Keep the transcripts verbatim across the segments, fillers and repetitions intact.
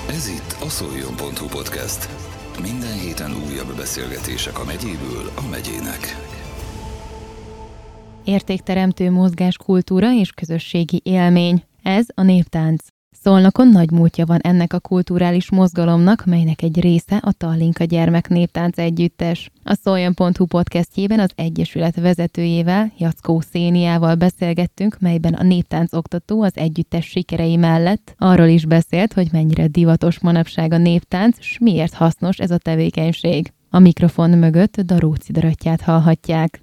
Ez itt a szóljon pont hu podcast. Minden héten újabb beszélgetések a megyéből a megyének. Értékteremtő mozgáskultúra és közösségi élmény. Ez a néptánc. Szolnokon nagy múltja van ennek a kulturális mozgalomnak, melynek egy része a Tallinka Gyermek Néptánc Együttes. A szóljon pont hu podcastjében az Egyesület vezetőjével, Jackó Széniával beszélgettünk, melyben a néptánc oktató az együttes sikerei mellett arról is beszélt, hogy mennyire divatos manapság a néptánc, s miért hasznos ez a tevékenység. A mikrofon mögött Daróci Dorottyát hallhatják.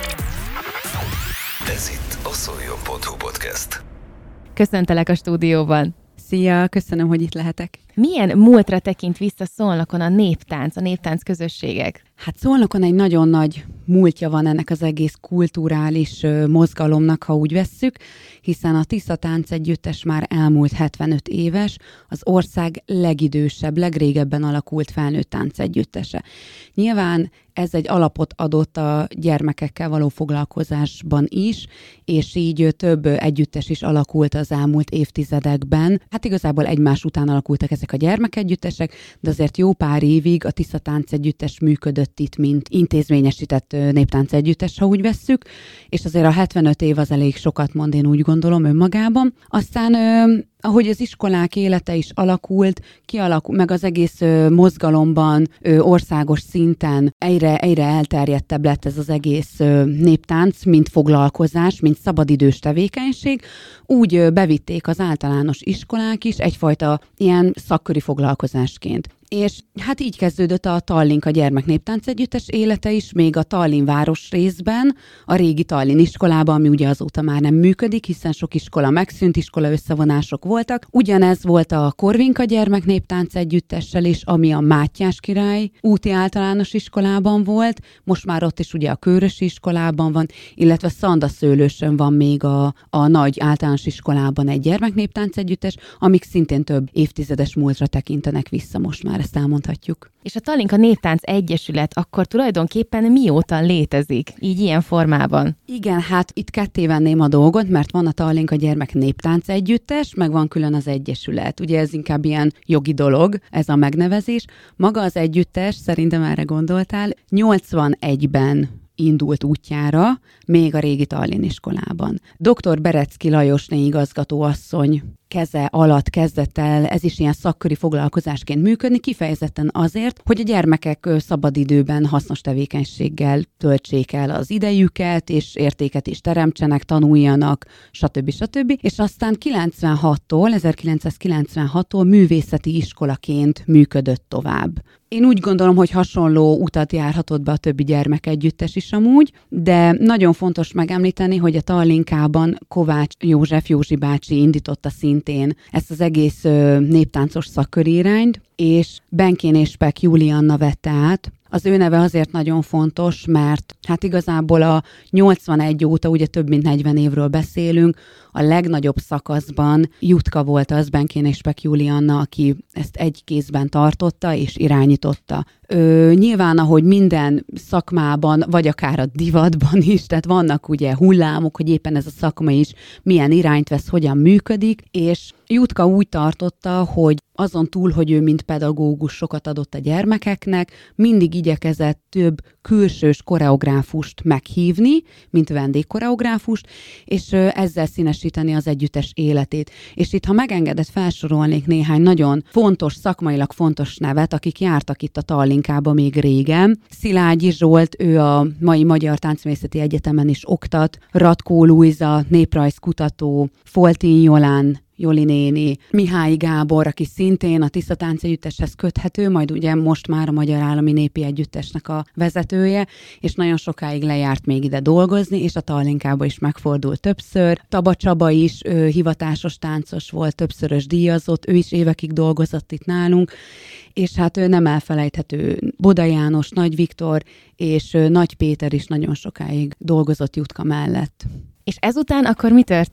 Ez itt a szóljon pont hu podcast. Köszöntelek a stúdióban! Szia, köszönöm, hogy itt lehetek. Milyen múltra tekint vissza Szolnokon a néptánc, a néptánc közösségek? Hát Szolnokon egy nagyon nagy múltja van ennek az egész kulturális mozgalomnak, ha úgy vesszük, hiszen a Tisza Tánc Együttes már elmúlt hetvenöt éves, az ország legidősebb, legrégebben alakult felnőtt tánc együttese. Nyilván ez egy alapot adott a gyermekekkel való foglalkozásban is, és így több együttes is alakult az elmúlt évtizedekben. Hát igazából egymás után alakultak ezek a gyermekegyüttesek, de azért jó pár évig a Tisza Tánc Együttes működött itt, mint intézményesített néptánc együttes, ha úgy vesszük, és azért a hetvenöt év az elég sokat mond, én úgy gondolom önmagában. Aztán ahogy az iskolák élete is alakult, kialakult, meg az egész ö, mozgalomban, ö, országos szinten egyre, egyre elterjedtebb lett ez az egész ö, néptánc, mint foglalkozás, mint szabadidős tevékenység, úgy ö, bevitték az általános iskolák is egyfajta ilyen szakköri foglalkozásként. És hát így kezdődött a Tallinka Gyermek Néptánc Együttes élete is, még a Tallinn város részben, a régi Tallinn iskolában, ami ugye azóta már nem működik, hiszen sok iskola megszűnt, iskola összevonások voltak. Ugyanez volt a Korvinka Gyermek Néptánc Együttessel is, ami a Mátyás Király úti általános iskolában volt, most már ott is ugye a Kőrösi iskolában van, illetve Szandaszőlősön van még a, a nagy általános iskolában egy gyermeknéptánc együttes, amik szintén több évtizedes múltra tekintenek vissza most már. Ezt elmondhatjuk. És a Tallinka Néptánc Egyesület akkor tulajdonképpen mióta létezik, így ilyen formában? Igen, hát itt ketté venném a dolgot, mert van a Tallinka Gyermek Néptánc Együttes, meg van külön az Egyesület. Ugye ez inkább ilyen jogi dolog, ez a megnevezés. Maga az együttes, szerintem erre gondoltál, nyolcvanegyben indult útjára, még a régi Tallinn iskolában. doktor Berecki Lajosné igazgatóasszony keze alatt kezdett el, ez is ilyen szakköri foglalkozásként működni, kifejezetten azért, hogy a gyermekek szabadidőben hasznos tevékenységgel töltsék el az idejüket, és értéket is teremtsenek, tanuljanak, stb. stb. És aztán kilencvenhattól, ezerkilencszázkilencvenhattól művészeti iskolaként működött tovább. Én úgy gondolom, hogy hasonló utat járhatott be a többi gyermekegyüttes is amúgy, de nagyon fontos megemlíteni, hogy a Tallinkában Kovács József Józsi bácsi indította szintén ezt az egész ö, néptáncos szakkörirányt, és Benkén és Pek Julianna vette át. Az ő neve azért nagyon fontos, mert hát igazából a nyolcvanegy óta, ugye több mint negyven évről beszélünk, a legnagyobb szakaszban Jutka volt az, Benkén és Pek Julianna, aki ezt egy kézben tartotta és irányította. Ö, nyilván, ahogy minden szakmában, vagy akár a divatban is, tehát vannak ugye hullámok, hogy éppen ez a szakma is milyen irányt vesz, hogyan működik, és Jutka úgy tartotta, hogy azon túl, hogy ő mint pedagógus sokat adott a gyermekeknek, mindig igyekezett több külsős koreográfust meghívni, mint vendégkoreográfust, és ezzel színesíteni az együttes életét. És itt, ha megengedett, felsorolnék néhány nagyon fontos, szakmailag fontos nevet, akik jártak itt a Tallinkában még régen. Szilágyi Zsolt, ő a mai Magyar Táncművészeti Egyetemen is oktat, Ratkó Lujza, néprajzkutató, Foltin Jolán, Joli néni, Mihály Gábor, aki szintén a Tisza Tánc Együtteshez köthető, majd ugye most már a Magyar Állami Népi Együttesnek a vezetője, és nagyon sokáig lejárt még ide dolgozni, és a Tallinkába is megfordult többször. Taba Csaba is ő, hivatásos táncos volt, többszörös díjazott, ő is évekig dolgozott itt nálunk, és hát ő nem elfelejthető Boda János, Nagy Viktor, és Nagy Péter is nagyon sokáig dolgozott Jutka mellett. És ezután akkor mi történt?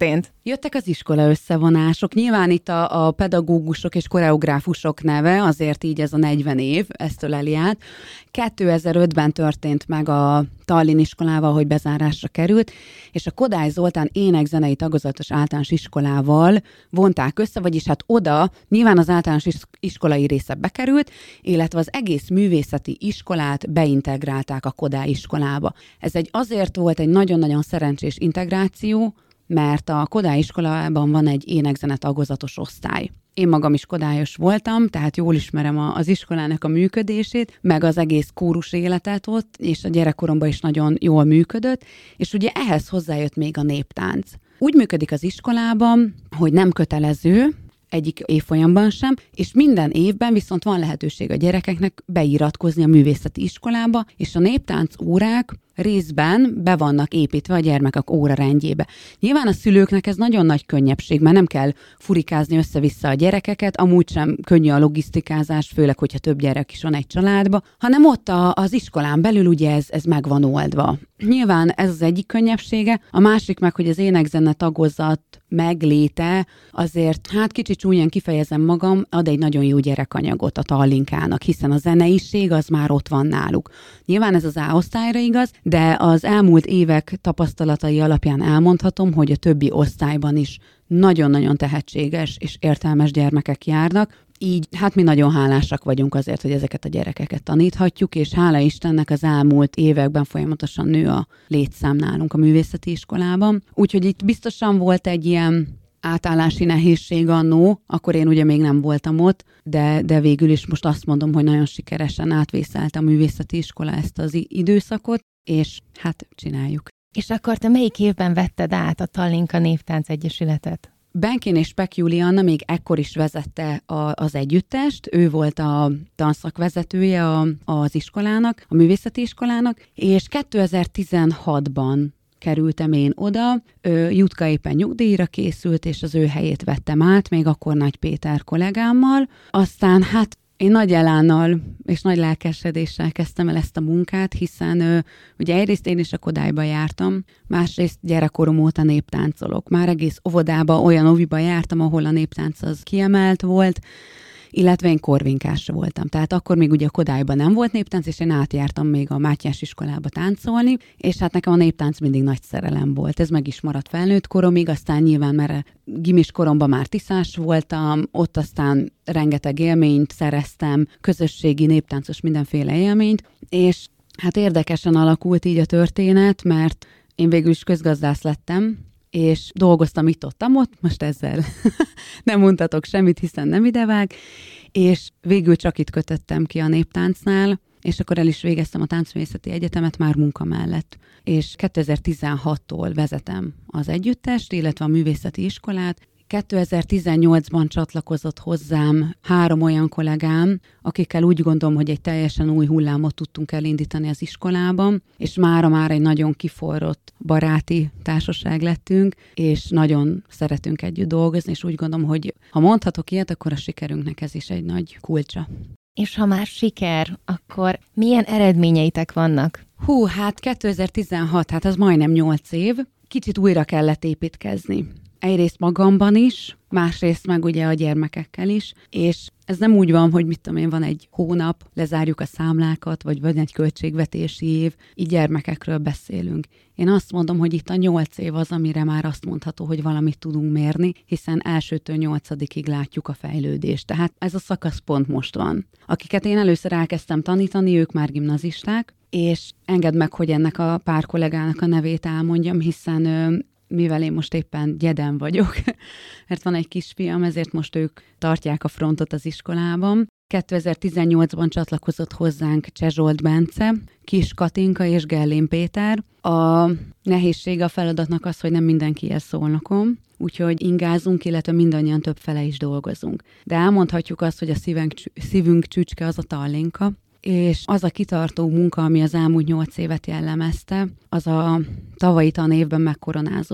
Jöttek az iskola összevonások, nyilván itt a, a pedagógusok és koreográfusok neve, azért így ez a negyven év, ezt öleli át. kétezer-ötben történt meg a Tallinn iskolával, hogy bezárásra került, és a Kodály Zoltán énekzenei tagozatos általános iskolával vonták össze, vagyis hát oda nyilván az általános iskolai része bekerült, illetve az egész művészeti iskolát beintegrálták a Kodály iskolába. Ez egy azért volt egy nagyon-nagyon szerencsés integráció, mert a Kodály iskolában van egy énekzene tagozatos osztály. Én magam is kodályos voltam, tehát jól ismerem a, az iskolának a működését, meg az egész kórus életet ott, és a gyerekkoromban is nagyon jól működött, és ugye ehhez hozzájött még a néptánc. Úgy működik az iskolában, hogy nem kötelező, egyik évfolyamban sem, és minden évben viszont van lehetőség a gyerekeknek beiratkozni a művészeti iskolába, és a néptánc órák részben be vannak építve a gyermekek órarendjébe. Nyilván a szülőknek ez nagyon nagy könnyebbség, mert nem kell furikázni össze-vissza a gyerekeket, amúgy sem könnyű a logisztikázás, főleg, hogyha több gyerek is van egy családba, hanem ott a, az iskolán belül ugye ez, ez meg van oldva. Nyilván ez az egyik könnyebbsége, a másik meg, hogy az énekzene tagozat megléte azért, hát kicsit csúnyán kifejezem magam, ad egy nagyon jó gyerekanyagot a Tallinkának, hiszen a zeneiség az már ott van náluk. Nyilván ez az A-osztályra igaz, de az elmúlt évek tapasztalatai alapján elmondhatom, hogy a többi osztályban is nagyon-nagyon tehetséges és értelmes gyermekek járnak, így hát mi nagyon hálásak vagyunk azért, hogy ezeket a gyerekeket taníthatjuk, és hála Istennek az elmúlt években folyamatosan nő a létszám nálunk a művészeti iskolában. Úgyhogy itt biztosan volt egy ilyen átállási nehézség annó, akkor én ugye még nem voltam ott, de, de végül is most azt mondom, hogy nagyon sikeresen átvészelt a művészeti iskola ezt az időszakot, és hát csináljuk. És akkor te melyik évben vetted át a Tallinka Néptánc Egyesületet? Benkén és Pek Julianna még ekkor is vezette a, az együttest, ő volt a tanszakvezetője a, az iskolának, a művészeti iskolának, és kétezer-tizenhatban kerültem én oda, ő, Jutka éppen nyugdíjra készült, és az ő helyét vettem át, még akkor Nagy Péter kollégámmal. Aztán hát én nagy elánnal és nagy lelkesedéssel kezdtem el ezt a munkát, hiszen ö, ugye egyrészt én is a Kodályba jártam, másrészt gyerekkorom óta néptáncolok. Már egész óvodába, olyan óviba jártam, ahol a néptánc az kiemelt volt, illetve én korvinkás voltam. Tehát akkor még ugye a Kodályban nem volt néptánc, és én átjártam még a Mátyás iskolába táncolni, és hát nekem a néptánc mindig nagy szerelem volt. Ez meg is maradt felnőtt koromig, aztán nyilván, mert gimis koromban már tiszás voltam, ott aztán rengeteg élményt szereztem, közösségi, néptáncos mindenféle élményt, és hát érdekesen alakult így a történet, mert én végül is közgazdász lettem, és dolgoztam itt-ott-ott, most ezzel nem mondhatok semmit, hiszen nem idevág, és végül csak itt kötöttem ki a néptáncnál, és akkor el is végeztem a Táncművészeti Egyetemet már munka mellett. És kétezer-tizenhattól vezetem az együttest, illetve a művészeti iskolát. kétezer-tizennyolcban csatlakozott hozzám három olyan kollégám, akikkel úgy gondolom, hogy egy teljesen új hullámot tudtunk elindítani az iskolában, és mára már egy nagyon kiforrott baráti társaság lettünk, és nagyon szeretünk együtt dolgozni, és úgy gondolom, hogy ha mondhatok ilyet, akkor a sikerünknek ez is egy nagy kulcsa. És ha már siker, akkor milyen eredményeitek vannak? Hú, hát kétezer-tizenhat, hát az majdnem nyolc év, kicsit újra kellett építkezni. Egyrészt magamban is, másrészt meg ugye a gyermekekkel is, és ez nem úgy van, hogy mit tudom én, van egy hónap, lezárjuk a számlákat, vagy van egy költségvetési év, így gyermekekről beszélünk. Én azt mondom, hogy itt a nyolc év az, amire már azt mondható, hogy valamit tudunk mérni, hiszen elsőtől nyolcadikig látjuk a fejlődést. Tehát ez a szakasz pont most van. Akiket én először elkezdtem tanítani, ők már gimnazisták, és engedd meg, hogy ennek a pár kollégának a nevét elmondjam, hiszen mivel én most éppen gyeden vagyok, mert van egy kisfiam, ezért most ők tartják a frontot az iskolában. kétezer-tizennyolcban csatlakozott hozzánk Cseh Zsolt Bence, Kis Katinka és Gellén Péter. A nehézség a feladatnak az, hogy nem mindenkihez Szolnokon, úgyhogy ingázunk, illetve mindannyian több fele is dolgozunk. De elmondhatjuk azt, hogy a szívünk, szívünk csücske az a Tallinka, és az a kitartó munka, ami az elmúlt nyolc évet jellemezte, az a tavalyi tanévben megkoronázódott.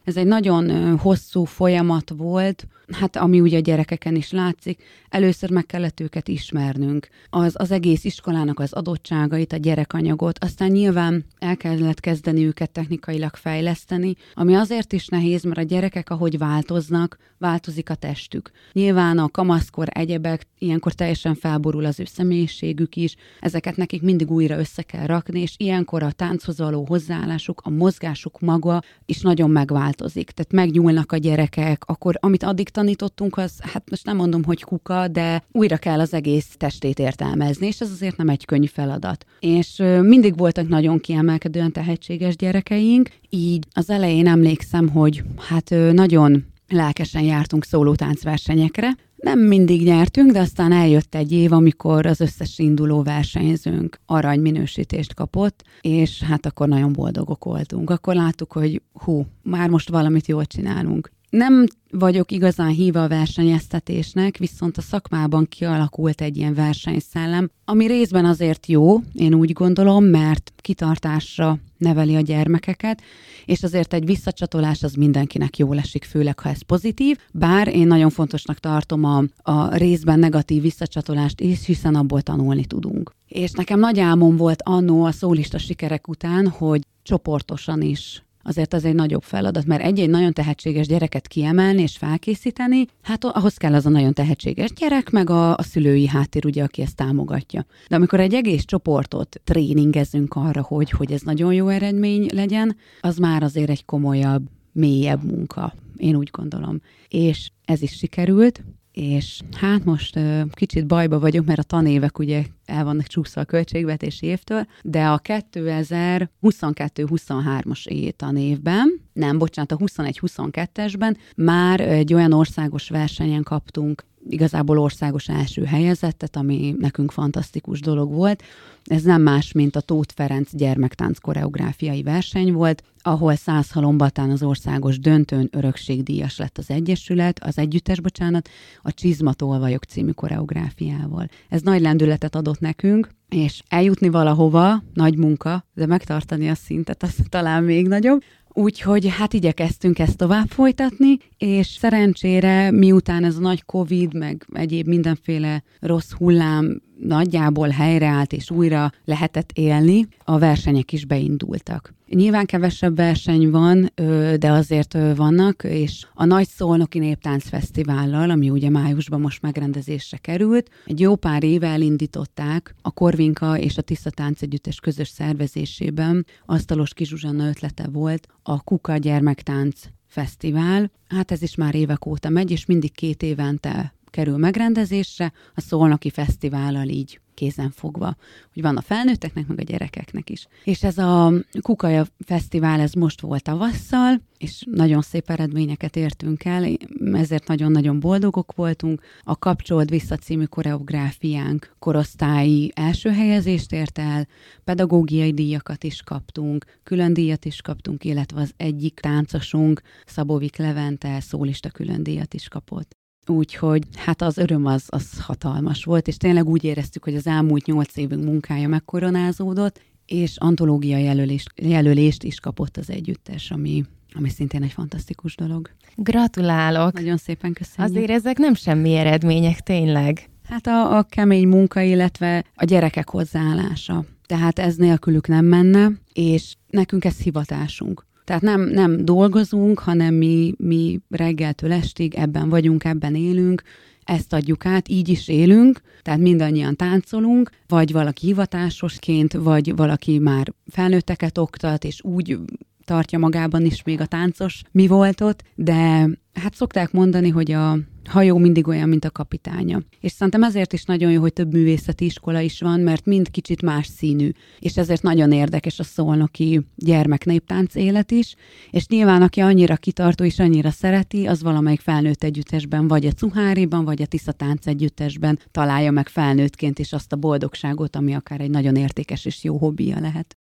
Ez egy nagyon hosszú folyamat volt, hát ami ugye a gyerekeken is látszik. Először meg kellett őket ismernünk. Az, az egész iskolának az adottságait, a gyerekanyagot, aztán nyilván el kellett kezdeni őket technikailag fejleszteni, ami azért is nehéz, mert a gyerekek, ahogy változnak, változik a testük. Nyilván a kamaszkor egyebek, ilyenkor teljesen felborul az ő személyiségük is, ezeket nekik mindig újra össze kell rakni, és ilyenkor a tánchoz való hozzáállásuk, a mozgásuk maga is nagyon megváltozik. Tehát megnyúlnak a gyerekek, akkor amit addig tanítottunk, az, hát most nem mondom, hogy kuka, de újra kell az egész testét értelmezni, és ez azért nem egy könnyű feladat. És mindig voltak nagyon kiemelkedően tehetséges gyerekeink, így az elején emlékszem, hogy hát nagyon lelkesen jártunk szólótáncversenyekre. Nem mindig nyertünk, de aztán eljött egy év, amikor az összes induló versenyzőnk arany minősítést kapott, és hát akkor nagyon boldogok voltunk. Akkor láttuk, hogy hú, már most valamit jól csinálunk. Nem vagyok igazán híva a versenyeztetésnek, viszont a szakmában kialakult egy ilyen versenyszellem, ami részben azért jó, én úgy gondolom, mert kitartásra neveli a gyermekeket, és azért egy visszacsatolás az mindenkinek jól esik, főleg ha ez pozitív, bár én nagyon fontosnak tartom a, a részben negatív visszacsatolást is, hiszen abból tanulni tudunk. És nekem nagy álmom volt annó a szólista sikerek után, hogy csoportosan is azért az egy nagyobb feladat, mert egy-egy nagyon tehetséges gyereket kiemelni és felkészíteni, hát ahhoz kell az a nagyon tehetséges gyerek, meg a, a szülői háttér, ugye, aki ezt támogatja. De amikor egy egész csoportot tréningezünk arra, hogy, hogy ez nagyon jó eredmény legyen, az már azért egy komolyabb, mélyebb munka, én úgy gondolom. És ez is sikerült, és hát most uh, kicsit bajba vagyok, mert a tanévek ugye el vannak csúszva a költségvetési évtől, de a kétezer-huszonkettő huszonhármas tanévben, nem, bocsánat, a huszonegy huszonkettesben már egy olyan országos versenyen kaptunk igazából országos első helyezettet, ami nekünk fantasztikus dolog volt. Ez nem más, mint a Tóth Ferenc gyermektánc koreográfiai verseny volt, ahol Százhalombattán az országos döntőn örökségdíjas lett az egyesület, az együttes, bocsánat, a Csizmatolvajok című koreográfiával. Ez nagy lendületet adott nekünk, és eljutni valahova, nagy munka, de megtartani a szintet, az talán még nagyobb. Úgyhogy hát igyekeztünk ezt tovább folytatni, és szerencsére miután ez a nagy Covid, meg egyéb mindenféle rossz hullám nagyjából helyreállt, és újra lehetett élni, a versenyek is beindultak. Nyilván kevesebb verseny van, de azért vannak, és a Nagy Szolnoki Néptáncfesztivállal, ami ugye májusban most megrendezésre került, egy jó pár éve elindították a Korvinka és a Tisza Táncegyüttes közös szervezésében, Asztalos Kis Zsuzsanna ötlete volt, a Kuka Gyermektánc Fesztivál. Hát ez is már évek óta megy, és mindig két évente kerül megrendezésre, a Szolnoki Fesztivállal így kézenfogva, hogy van a felnőtteknek, meg a gyerekeknek is. És ez a Kuka Fesztivál, ez most volt tavasszal, és nagyon szép eredményeket értünk el, ezért nagyon-nagyon boldogok voltunk. A Kapcsold Vissza című koreográfiánk korosztályi első helyezést ért el, pedagógiai díjakat is kaptunk, külön díjat is kaptunk, illetve az egyik táncosunk, Szabóvik Levente szólista külön díjat is kapott. Úgyhogy hát az öröm az, az hatalmas volt, és tényleg úgy éreztük, hogy az elmúlt nyolc évünk munkája megkoronázódott, és antológiai jelölést, jelölést is kapott az együttes, ami, ami szintén egy fantasztikus dolog. Gratulálok! Nagyon szépen köszönjük. Azért ezek nem semmi eredmények, tényleg. Hát a, a kemény munka, illetve a gyerekek hozzáállása. Tehát ez nélkülük nem menne, és nekünk ez hivatásunk. Tehát nem, nem dolgozunk, hanem mi, mi reggeltől estig ebben vagyunk, ebben élünk, ezt adjuk át, így is élünk, tehát mindannyian táncolunk, vagy valaki hivatásosként, vagy valaki már felnőtteket oktat, és úgy tartja magában is még a táncos mi volt ott, de hát szokták mondani, hogy a hajó mindig olyan, mint a kapitánya. És szerintem ezért is nagyon jó, hogy több művészeti iskola is van, mert mind kicsit más színű. És ezért nagyon érdekes a szolnoki gyermeknéptánc élet is, és nyilván aki annyira kitartó és annyira szereti, az valamelyik felnőtt együttesben, vagy a Cuháriban, vagy a Tisza Tánc együttesben találja meg felnőttként is azt a boldogságot, ami akár egy nagyon értékes és jó hobbija lehet.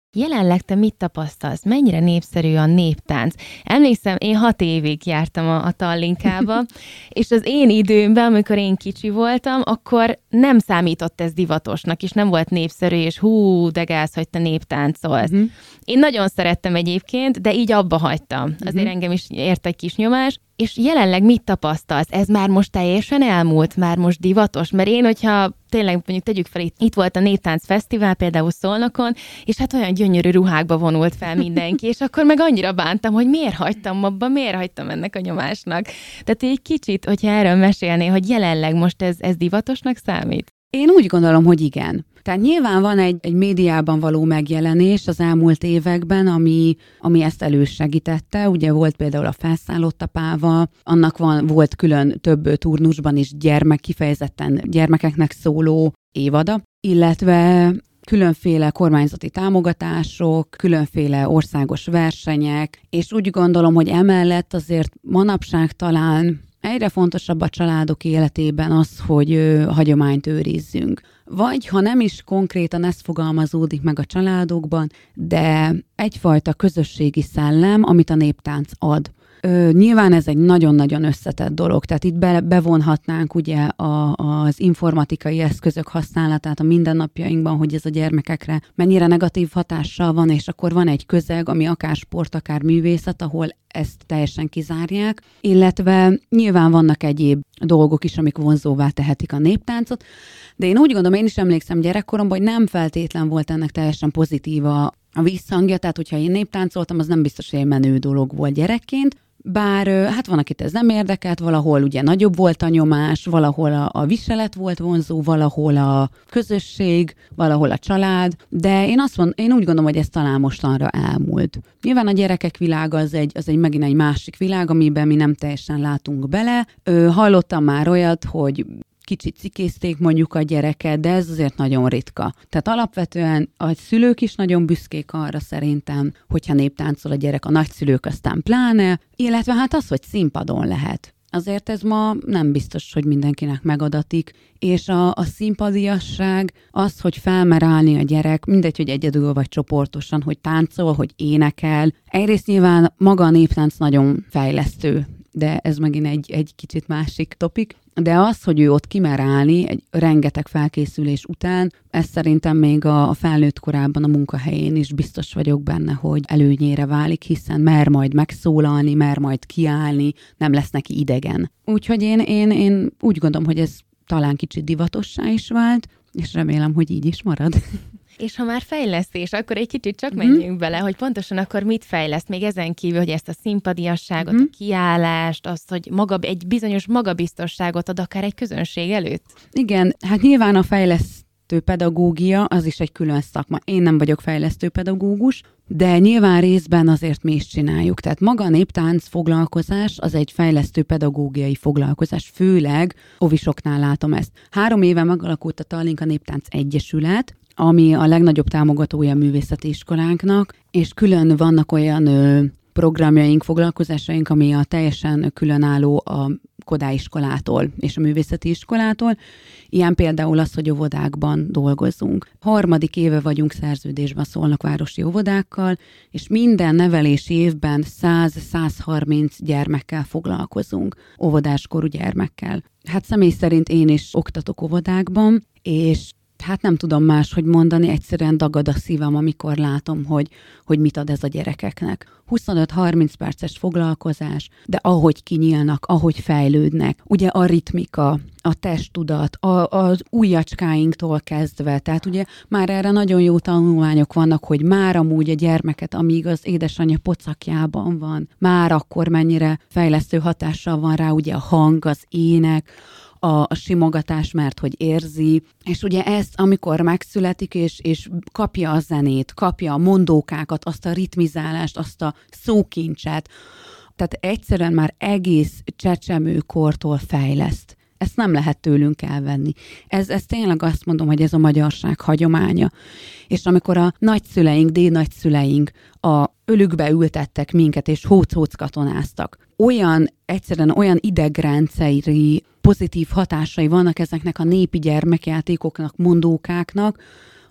Jelenleg te mit tapasztalsz? Mennyire népszerű a néptánc? Emlékszem, én hat évig jártam a, a Tallinkába, és az én időmben, amikor én kicsi voltam, akkor nem számított ez divatosnak, és nem volt népszerű, és hú, de gáz, hogy te néptáncolsz. Uh-huh. Én nagyon szerettem egyébként, de így abba hagytam. Azért uh-huh. engem is ért egy kis nyomás. És jelenleg mit tapasztalsz? Ez már most teljesen elmúlt? Már most divatos? Mert én, hogyha tényleg mondjuk tegyük fel, itt, itt volt a Néptánc Fesztivál például Szolnokon, és hát olyan gyönyörű ruhákba vonult fel mindenki, és akkor meg annyira bántam, hogy miért hagytam abba, miért hagytam ennek a nyomásnak. Tehát egy kicsit, hogyha erről mesélnél, hogy jelenleg most ez, ez divatosnak számít? Én úgy gondolom, hogy igen. Tehát nyilván van egy, egy médiában való megjelenés az elmúlt években, ami, ami ezt elősegítette. Ugye volt például a Felszállott apával, annak van, volt külön több turnusban is gyermek, kifejezetten gyermekeknek szóló évada, illetve különféle kormányzati támogatások, különféle országos versenyek, és úgy gondolom, hogy emellett azért manapság talán egyre fontosabb a családok életében az, hogy ö, hagyományt őrizzünk. Vagy ha nem is konkrétan ez fogalmazódik meg a családokban, de egyfajta közösségi szellem, amit a néptánc ad. Ö, nyilván ez egy nagyon-nagyon összetett dolog, tehát itt be, bevonhatnánk ugye a, az informatikai eszközök használatát a mindennapjainkban, hogy ez a gyermekekre mennyire negatív hatással van, és akkor van egy közeg, ami akár sport, akár művészet, ahol ezt teljesen kizárják, illetve nyilván vannak egyéb dolgok is, amik vonzóvá tehetik a néptáncot, de én úgy gondolom, én is emlékszem gyerekkoromban, hogy nem feltétlen volt ennek teljesen pozitív a, a visszhangja, tehát hogyha én néptáncoltam, az nem biztos, hogy egy menő dolog volt gyerekként, bár hát van, akit ez nem érdekelt, valahol ugye nagyobb volt a nyomás, valahol a, a viselet volt vonzó, valahol a közösség, valahol a család, de én azt mond, én úgy gondolom, hogy ez talán mostanra elmúlt. Nyilván a gyerekek világa az egy, az egy megint egy másik világ, amiben mi nem teljesen látunk bele. Ö, hallottam már olyat, hogy kicsit cikézték mondjuk a gyereket, de ez azért nagyon ritka. Tehát alapvetően a szülők is nagyon büszkék arra szerintem, hogyha néptáncol a gyerek, a nagyszülők aztán pláne, illetve hát az, hogy színpadon lehet. Azért ez ma nem biztos, hogy mindenkinek megadatik, és a, a színpadiasság az, hogy felmer állni a gyerek, mindegy, hogy egyedül vagy csoportosan, hogy táncol, hogy énekel. Egyrészt nyilván maga a néptánc nagyon fejlesztő, de ez megint egy, egy kicsit másik topik. De az, hogy ő ott kimer állni egy rengeteg felkészülés után, ez szerintem még a, a felnőtt korában a munkahelyén is biztos vagyok benne, hogy előnyére válik, hiszen mer majd megszólalni, mer majd kiállni, nem lesz neki idegen. Úgyhogy én, én, én úgy gondolom, hogy ez talán kicsit divatossá is vált, és remélem, hogy így is marad. És ha már fejlesztés, akkor egy kicsit csak menjünk mm. bele, hogy pontosan akkor mit fejleszt, még ezen kívül, hogy ezt a szimpadiasságot, mm. a kiállást, azt, hogy maga, egy bizonyos magabiztosságot ad akár egy közönség előtt. Igen, hát nyilván a fejlesztő pedagógia az is egy külön szakma. Én nem vagyok fejlesztő pedagógus, de nyilván részben azért mi is csináljuk. Tehát maga a néptánc foglalkozás az egy fejlesztő pedagógiai foglalkozás, főleg ovisoknál látom ezt. Három éve megalakult a Tallinka Néptánc Egyesület, ami a legnagyobb támogatója a művészeti iskolánknak, és külön vannak olyan ö, programjaink, foglalkozásaink, ami a teljesen különálló a Kodály iskolától és a művészeti iskolától. Ilyen például az, hogy óvodákban dolgozunk. Harmadik éve vagyunk szerződésben a Szolnokvárosi óvodákkal, és minden nevelési évben száz-százharminc gyermekkel foglalkozunk, óvodáskorú gyermekkel. Hát személy szerint én is oktatok óvodákban, és hát nem tudom máshogy mondani, egyszerűen dagad a szívem, amikor látom, hogy, hogy mit ad ez a gyerekeknek. huszonöt-harminc perces foglalkozás, de ahogy kinyílnak, ahogy fejlődnek, ugye a ritmika, a testtudat, a, az ujjacskáinktól kezdve, tehát ugye már erre nagyon jó tanulmányok vannak, hogy már amúgy a gyermeket, amíg az édesanyja pocakjában van, már akkor mennyire fejlesztő hatással van rá ugye a hang, az ének, A, a simogatás, mert hogy érzi, és ugye ezt, amikor megszületik, és, és kapja a zenét, kapja a mondókákat, azt a ritmizálást, azt a szókincset, tehát egyszerűen már egész csecsemőkortól fejleszt. Ezt nem lehet tőlünk elvenni. Ez, ez tényleg azt mondom, hogy ez a magyarság hagyománya. És amikor a nagyszüleink, dédnagyszüleink a ölükbe ültettek minket, és hóc-hóc katonáztak, olyan, egyszerűen olyan idegrendszeri pozitív hatásai vannak ezeknek a népi gyermekjátékoknak, mondókáknak,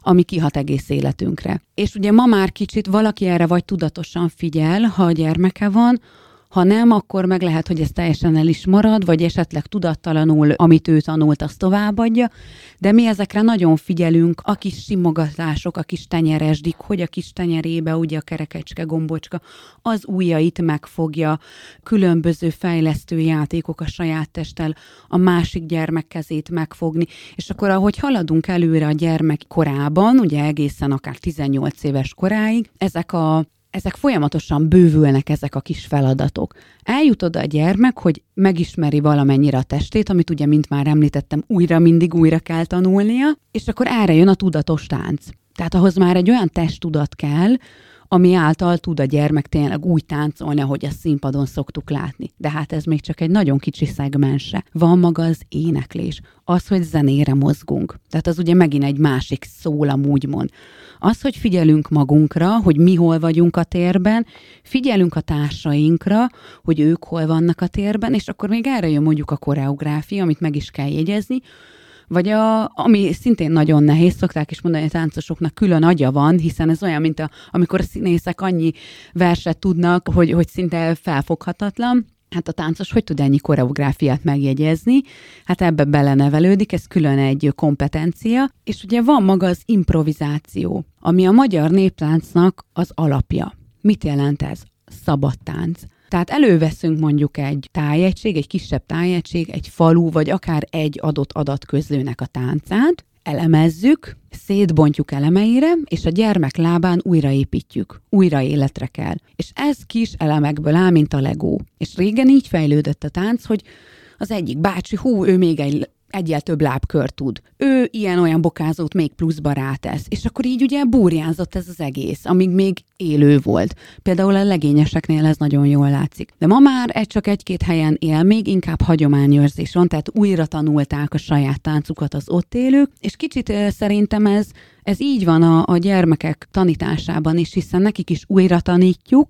ami kihat egész életünkre. És ugye ma már kicsit valaki erre vagy tudatosan figyel, ha a gyermeke van, ha nem, akkor meg lehet, hogy ez teljesen el is marad, vagy esetleg tudattalanul, amit ő tanult, azt továbbadja. De mi ezekre nagyon figyelünk, a kis simogatások, a kis tenyeresdik, hogy a kis tenyerébe ugye a kerekecske, gombocska az ujjait megfogja, különböző fejlesztő játékok a saját testtel, a másik gyermek kezét megfogni. És akkor, ahogy haladunk előre a gyermek korában, ugye egészen akár tizennyolc éves koráig, ezek a Ezek folyamatosan bővülnek, ezek a kis feladatok. Eljut oda a gyermek, hogy megismeri valamennyire a testét, amit ugye, mint már említettem, újra mindig újra kell tanulnia, és akkor erre jön a tudatos tánc. Tehát ahhoz már egy olyan testtudat kell, ami által tud a gyermek tényleg úgy táncolni, ahogy a színpadon szoktuk látni. De hát ez még csak egy nagyon kicsi szegmense. Van maga az éneklés, az, hogy zenére mozgunk. Tehát az ugye megint egy másik szólam, úgymond. Az, hogy figyelünk magunkra, hogy mi hol vagyunk a térben, figyelünk a társainkra, hogy ők hol vannak a térben, és akkor még erre jön mondjuk a koreográfia, amit meg is kell jegyezni, vagy a, ami szintén nagyon nehéz, szokták is mondani, hogy a táncosoknak külön agya van, hiszen ez olyan, mint a, amikor a színészek annyi verset tudnak, hogy, hogy szinte felfoghatatlan. Hát a táncos hogy tud ennyi koreográfiát megjegyezni? Hát ebbe belenevelődik, ez külön egy kompetencia, és ugye van maga az improvizáció, ami a magyar néptáncnak az alapja. Mit jelent ez? Szabad tánc. Tehát előveszünk mondjuk egy tájegység, egy kisebb tájegység, egy falu, vagy akár egy adott adatközlőnek a táncát, elemezzük, szétbontjuk elemeire, és a gyermek lábán újraépítjük, újra életre kell. És ez kis elemekből áll, mint a legó. És régen így fejlődött a tánc, hogy az egyik bácsi, hú, ő még egy egyel több lábkör tud. Ő ilyen-olyan bokázót még pluszba rátesz. És akkor így ugye burjánzott ez az egész, amíg még élő volt. Például a legényeseknél ez nagyon jól látszik. De ma már egy csak egy-két helyen él, még inkább hagyományőrzés van, tehát újra tanulták a saját táncukat az ott élők, és kicsit szerintem ez, ez így van a, a gyermekek tanításában is, hiszen nekik is újra tanítjuk,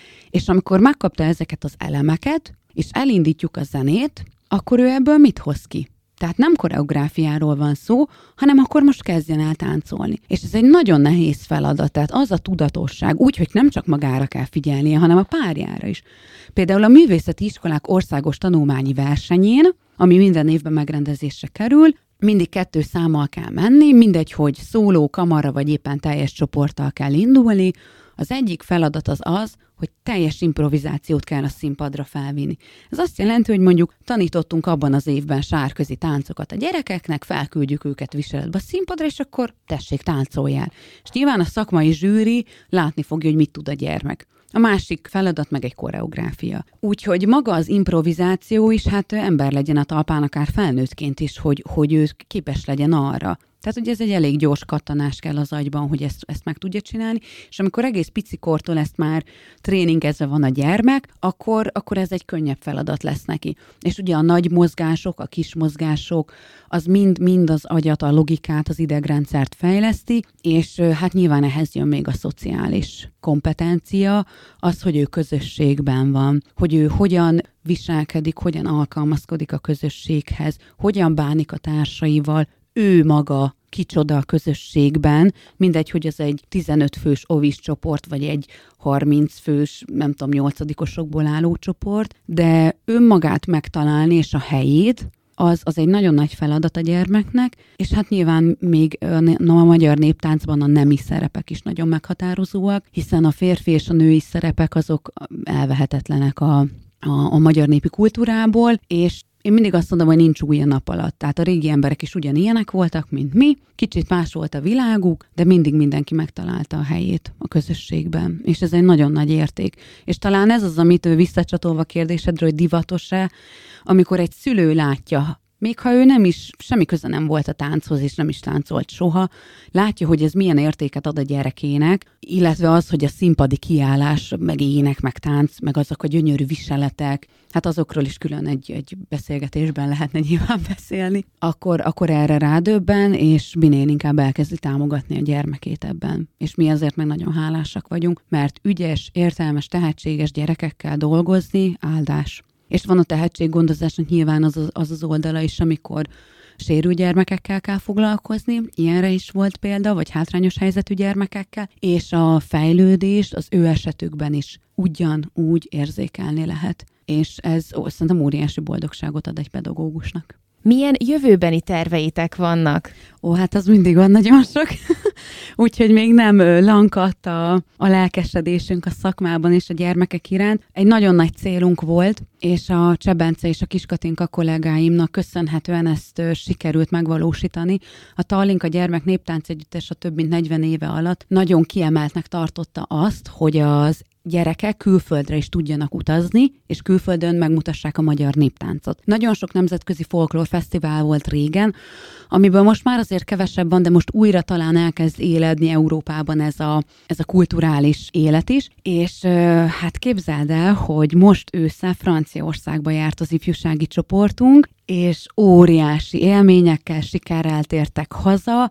és amikor megkapta ezeket az elemeket, és elindítjuk a zenét, akkor ő ebből mit hoz ki? Tehát nem koreográfiáról van szó, hanem akkor most kezdjen el táncolni. És ez egy nagyon nehéz feladat, tehát az a tudatosság, úgy, hogy nem csak magára kell figyelnie, hanem a párjára is. Például a művészeti iskolák országos tanulmányi versenyén, ami minden évben megrendezésre kerül, mindig kettő számmal kell menni, mindegy, hogy szóló, kamara vagy éppen teljes csoporttal kell indulni. Az egyik feladat az az, hogy teljes improvizációt kell a színpadra felvinni. Ez azt jelenti, hogy mondjuk tanítottunk abban az évben sárközi táncokat a gyerekeknek, felküldjük őket viseletbe a színpadra, és akkor tessék, táncoljál. És nyilván a szakmai zsűri látni fogja, hogy mit tud a gyermek. A másik feladat meg egy koreográfia. Úgyhogy maga az improvizáció is, hát ember legyen a talpán, akár felnőttként is, hogy, hogy ő képes legyen arra. Tehát ugye ez egy elég gyors kattanás kell az agyban, hogy ezt, ezt meg tudja csinálni, és amikor egész picikortól ezt már tréningezve van a gyermek, akkor, akkor ez egy könnyebb feladat lesz neki. És ugye a nagy mozgások, a kis mozgások, az mind, mind az agyat, a logikát, az idegrendszert fejleszti, és hát nyilván ehhez jön még a szociális kompetencia, az, hogy ő közösségben van, hogy ő hogyan viselkedik, hogyan alkalmazkodik a közösséghez, hogyan bánik a társaival, ő maga kicsoda a közösségben, mindegy, hogy az egy tizenöt fős ovis csoport, vagy egy harminc fős, nem tudom, nyolcadikosokból álló csoport, de önmagát megtalálni és a helyét, az, az egy nagyon nagy feladat a gyermeknek, és hát nyilván még a, a magyar néptáncban a nemi szerepek is nagyon meghatározóak, hiszen a férfi és a női szerepek azok elvehetetlenek a, a, a magyar népi kultúrából, és én mindig azt mondom, hogy nincs új a nap alatt. Tehát a régi emberek is ugyanilyenek voltak, mint mi. Kicsit más volt a világuk, de mindig mindenki megtalálta a helyét a közösségben. És ez egy nagyon nagy érték. És talán ez az, amit ő visszacsatolva kérdésedre, hogy divatos-e, amikor egy szülő látja, még ha ő nem is, semmi köze nem volt a tánchoz, és nem is táncolt soha, látja, hogy ez milyen értéket ad a gyerekének, illetve az, hogy a színpadi kiállás, meg ének, meg tánc, meg azok a gyönyörű viseletek, hát azokról is külön egy, egy beszélgetésben lehetne nyilván beszélni, akkor, akkor erre rádöbben, és minél inkább elkezdi támogatni a gyermekét ebben. És mi azért meg nagyon hálásak vagyunk, mert ügyes, értelmes, tehetséges gyerekekkel dolgozni áldás. És van a tehetséggondozásnak nyilván az az, az az oldala is, amikor sérült gyermekekkel kell foglalkozni, ilyenre is volt példa, vagy hátrányos helyzetű gyermekekkel, és a fejlődést az ő esetükben is ugyanúgy érzékelni lehet. És ez ó, szerintem óriási boldogságot ad egy pedagógusnak. Milyen jövőbeni terveitek vannak? Ó, hát az mindig van nagyon sok. Úgyhogy még nem lankadt a, a lelkesedésünk a szakmában és a gyermekek iránt. Egy nagyon nagy célunk volt, és a Csebence és a Kiskatinka kollégáimnak köszönhetően ezt sikerült megvalósítani. A Tallinka Gyermek Néptánc Együttes a több mint negyven éve alatt nagyon kiemeltnek tartotta azt, hogy az gyerekek külföldre is tudjanak utazni, és külföldön megmutassák a magyar néptáncot. Nagyon sok nemzetközi folklórfesztivál volt régen, amiből most már azért kevesebb van, de most újra talán elkezd éledni Európában ez a, ez a kulturális élet is, és hát képzeld el, hogy most ősszel Franciaországba járt az ifjúsági csoportunk, és óriási élményekkel, sikerrel tértek haza,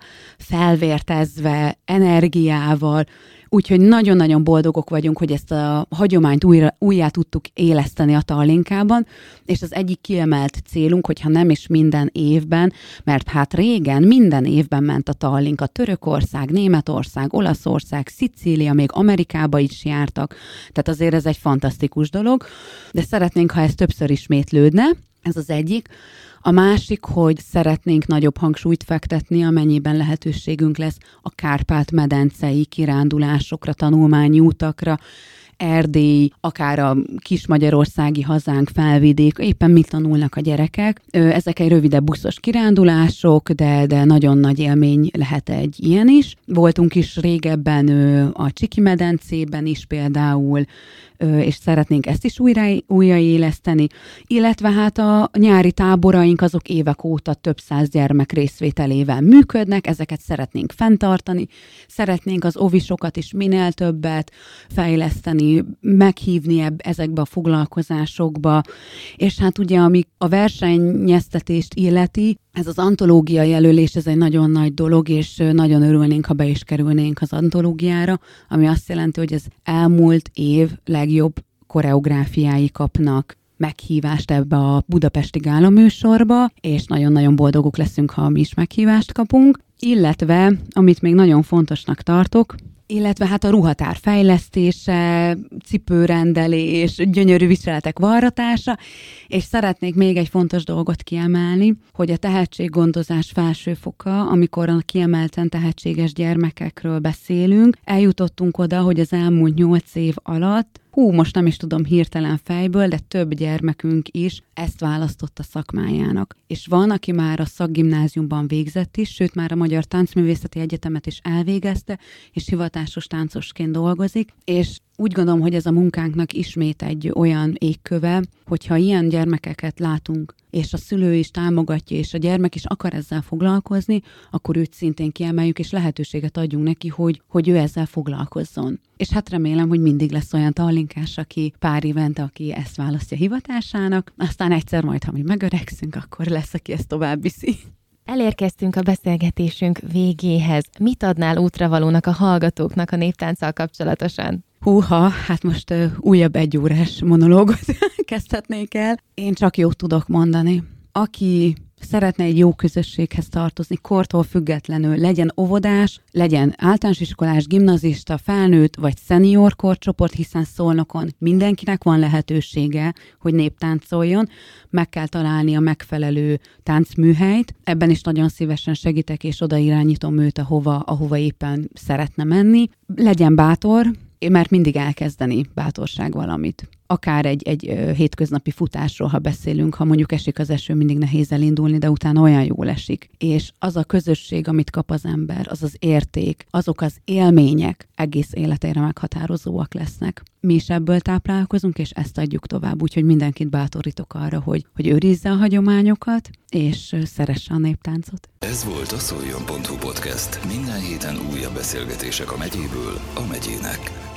felvértezve, energiával, úgyhogy nagyon-nagyon boldogok vagyunk, hogy ezt a hagyományt újra, újjá tudtuk éleszteni a Tallinkában, és az egyik kiemelt célunk, hogyha nem is minden évben, mert hát régen minden évben ment a Tallinka, Törökország, Németország, Olaszország, Szicília, még Amerikába is jártak, tehát azért ez egy fantasztikus dolog, de szeretnénk, ha ez többször ismétlődne, ez az egyik. A másik, hogy szeretnénk nagyobb hangsúlyt fektetni, amennyiben lehetőségünk lesz a Kárpát-medencei kirándulásokra, tanulmányi utakra, Erdély, akár a kis magyarországi hazánk, Felvidék, éppen mit tanulnak a gyerekek. Ezek egy rövidebb buszos kirándulások, de, de nagyon nagy élmény lehet egy ilyen is. Voltunk is régebben a Csiki-medencében is például, és szeretnénk ezt is újra, újraéleszteni, illetve hát a nyári táboraink azok évek óta több száz gyermek részvételével működnek, ezeket szeretnénk fenntartani, szeretnénk az ovisokat is minél többet fejleszteni, meghívni ebb, ezekbe a foglalkozásokba, és hát ugye, ami a versenyeztetést illeti, ez az antológia jelölés, ez egy nagyon nagy dolog, és nagyon örülnénk, ha be is kerülnénk az antológiára, ami azt jelenti, hogy az elmúlt év legjobb koreográfiái kapnak meghívást ebbe a budapesti gála műsorba, és nagyon-nagyon boldogok leszünk, ha mi is meghívást kapunk. Illetve, amit még nagyon fontosnak tartok, illetve hát a ruhatár fejlesztése, cipőrendelés, gyönyörű viseletek varratása, és szeretnék még egy fontos dolgot kiemelni, hogy a tehetséggondozás felsőfoka, amikor a kiemelten tehetséges gyermekekről beszélünk, eljutottunk oda, hogy az elmúlt nyolc év alatt, hú, most nem is tudom hirtelen fejből, de több gyermekünk is ezt választotta szakmájának. És van, aki már a szakgimnáziumban végzett is, sőt már a Magyar Táncművészeti Egyetemet is elvégezte, és hivatásos táncosként dolgozik, és úgy gondolom, hogy ez a munkánknak ismét egy olyan égköve, hogyha ilyen gyermekeket látunk, és a szülő is támogatja, és a gyermek is akar ezzel foglalkozni, akkor őt szintén kiemeljük, és lehetőséget adjunk neki, hogy, hogy ő ezzel foglalkozzon. És hát remélem, hogy mindig lesz olyan tallinkás, aki pár évente, aki ezt választja hivatásának, aztán egyszer majd, ha mi megöregszünk, akkor lesz, aki ezt tovább viszi. Elérkeztünk a beszélgetésünk végéhez. Mit adnál útravalónak a hallgatóknak a néptánccal kapcsolatosan? Húha, hát most uh, újabb egyórás monológot kezdhetnék el. Én csak jót tudok mondani. Aki szeretne egy jó közösséghez tartozni, kortól függetlenül, legyen óvodás, legyen általános iskolás, gimnazista, felnőtt vagy szenior korcsoport, hiszen Szolnokon mindenkinek van lehetősége, hogy néptáncoljon, meg kell találni a megfelelő táncműhelyt. Ebben is nagyon szívesen segítek, és oda irányítom őt, ahova, ahova éppen szeretne menni. Legyen bátor, mert mindig elkezdeni bátorság valamit. Akár egy, egy hétköznapi futásról, ha beszélünk, ha mondjuk esik az eső, mindig nehéz elindulni, de utána olyan jól esik. És az a közösség, amit kap az ember, az az érték, azok az élmények egész életére meghatározóak lesznek. Mi is ebből táplálkozunk, és ezt adjuk tovább, úgyhogy mindenkit bátorítok arra, hogy, hogy őrizze a hagyományokat, és szeresse a néptáncot. Ez volt a szoljon pont hu podcast. Minden héten újabb beszélgetések a megyéből a megyének.